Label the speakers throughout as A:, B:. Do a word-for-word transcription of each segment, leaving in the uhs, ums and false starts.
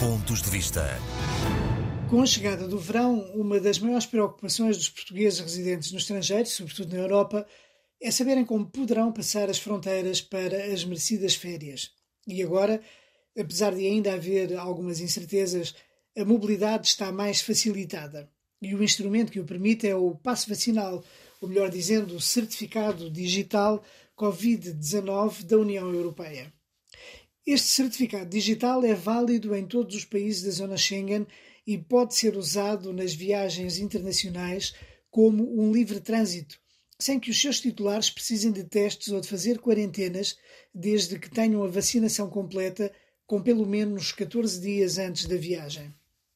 A: Pontos de Vista.
B: Com a chegada do verão, uma das maiores preocupações dos portugueses residentes no estrangeiro, sobretudo na Europa, é saberem como poderão passar as fronteiras para as merecidas férias. E agora, apesar de ainda haver algumas incertezas, a mobilidade está mais facilitada. E o instrumento que o permite é o passe vacinal, ou melhor dizendo, o certificado digital covid dezanove da União Europeia. Este certificado digital é válido em todos os países da zona Schengen e pode ser usado nas viagens internacionais como um livre trânsito, sem que os seus titulares precisem de testes ou de fazer quarentenas, desde que tenham a vacinação completa com pelo menos catorze dias antes da viagem.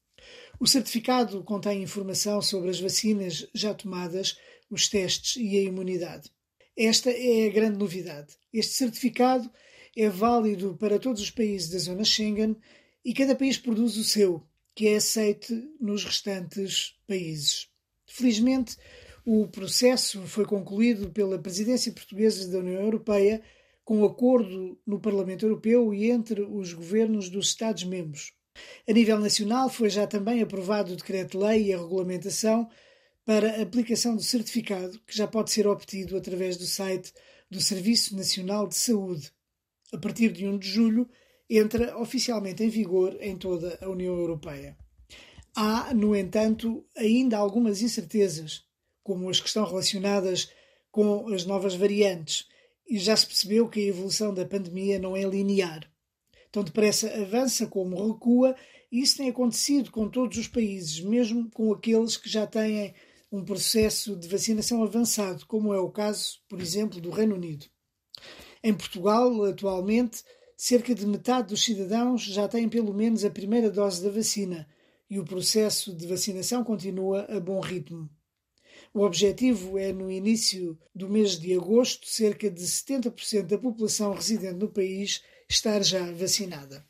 B: O certificado contém informação sobre as vacinas já tomadas, os testes e a imunidade. Esta é a grande novidade. Este certificado é válido para todos os países da zona Schengen e cada país produz o seu, que é aceite nos restantes países. Felizmente, o processo foi concluído pela presidência portuguesa da União Europeia com acordo no Parlamento Europeu e entre os governos dos Estados-membros. A nível nacional foi já também aprovado o decreto-lei e a regulamentação para a aplicação do certificado, que já pode ser obtido através do site do Serviço Nacional de Saúde. A partir de primeiro de julho, entra oficialmente em vigor em toda a União Europeia. Há, no entanto, ainda algumas incertezas, como as que estão relacionadas com as novas variantes, e já se percebeu que a evolução da pandemia não é linear. Tão depressa avança como recua, e isso tem acontecido com todos os países, mesmo com aqueles que já têm um processo de vacinação avançado, como é o caso, por exemplo, do Reino Unido. Em Portugal, atualmente, cerca de metade dos cidadãos já têm pelo menos a primeira dose da vacina e o processo de vacinação continua a bom ritmo. O objetivo é, no início do mês de agosto, cerca de setenta por cento da população residente no país estar já vacinada.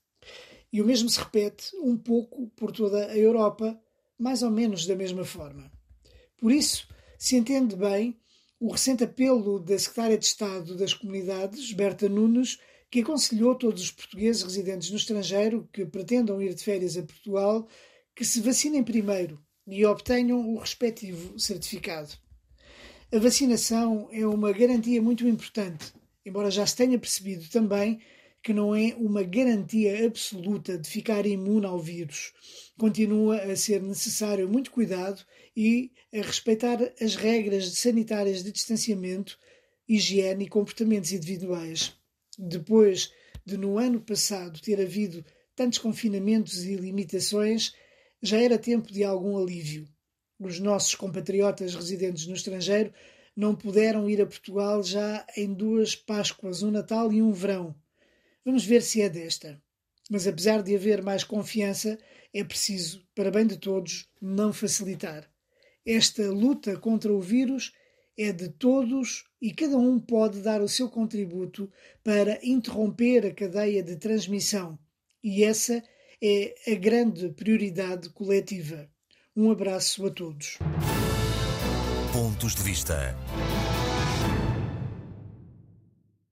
B: E o mesmo se repete um pouco por toda a Europa, mais ou menos da mesma forma. Por isso, se entende bem o recente apelo da Secretária de Estado das Comunidades, Berta Nunes, que aconselhou todos os portugueses residentes no estrangeiro que pretendam ir de férias a Portugal que se vacinem primeiro e obtenham o respectivo certificado. A vacinação é uma garantia muito importante, embora já se tenha percebido também que não é uma garantia absoluta de ficar imune ao vírus. Continua a ser necessário muito cuidado e a respeitar as regras sanitárias de distanciamento, higiene e comportamentos individuais. Depois de, no ano passado, ter havido tantos confinamentos e limitações, já era tempo de algum alívio. Os nossos compatriotas residentes no estrangeiro não puderam ir a Portugal já em duas Páscoas, um Natal e um verão. Vamos ver se é desta. Mas apesar de haver mais confiança, é preciso, para bem de todos, não facilitar. Esta luta contra o vírus é de todos e cada um pode dar o seu contributo para interromper a cadeia de transmissão. E essa é a grande prioridade coletiva. Um abraço a todos.
A: Pontos de Vista.